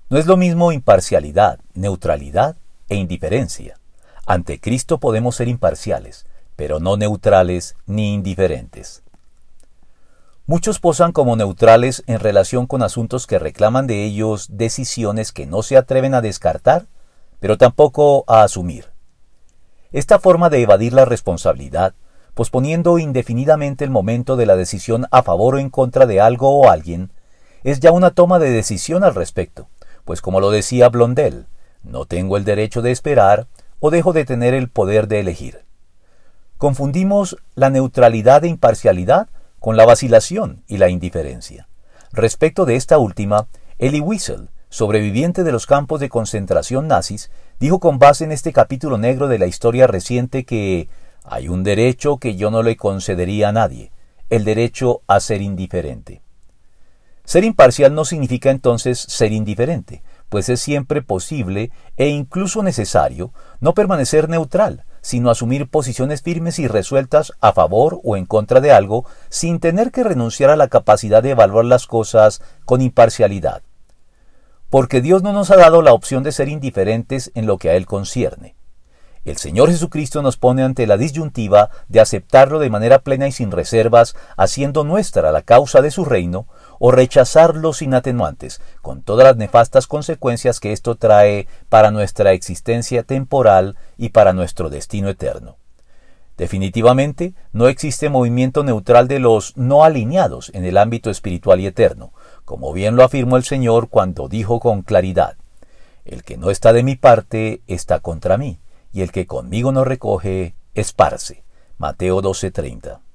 No es lo mismo imparcialidad, neutralidad e indiferencia. Ante Cristo podemos ser imparciales, pero no neutrales ni indiferentes. Muchos posan como neutrales en relación con asuntos que reclaman de ellos decisiones que no se atreven a descartar, pero tampoco a asumir. Esta forma de evadir la responsabilidad, posponiendo indefinidamente el momento de la decisión a favor o en contra de algo o alguien, es ya una toma de decisión al respecto, pues como lo decía Blondel, no tengo el derecho de esperar o dejo de tener el poder de elegir. Confundimos la neutralidad e imparcialidad con la vacilación y la indiferencia. Respecto de esta última, Elie Wiesel, sobreviviente de los campos de concentración nazis, dijo con base en este capítulo negro de la historia reciente que hay un derecho que yo no le concedería a nadie, el derecho a ser indiferente. Ser imparcial no significa entonces ser indiferente, pues es siempre posible e incluso necesario no permanecer neutral, sino asumir posiciones firmes y resueltas a favor o en contra de algo sin tener que renunciar a la capacidad de evaluar las cosas con imparcialidad. Porque Dios no nos ha dado la opción de ser indiferentes en lo que a Él concierne. El Señor Jesucristo nos pone ante la disyuntiva de aceptarlo de manera plena y sin reservas, haciendo nuestra la causa de su reino, o rechazarlo sin atenuantes, con todas las nefastas consecuencias que esto trae para nuestra existencia temporal y para nuestro destino eterno. Definitivamente, no existe movimiento neutral de los no alineados en el ámbito espiritual y eterno, como bien lo afirmó el Señor cuando dijo con claridad: «El que no está de mi parte está contra mí, y el que conmigo no recoge, esparce». Mateo 12:30.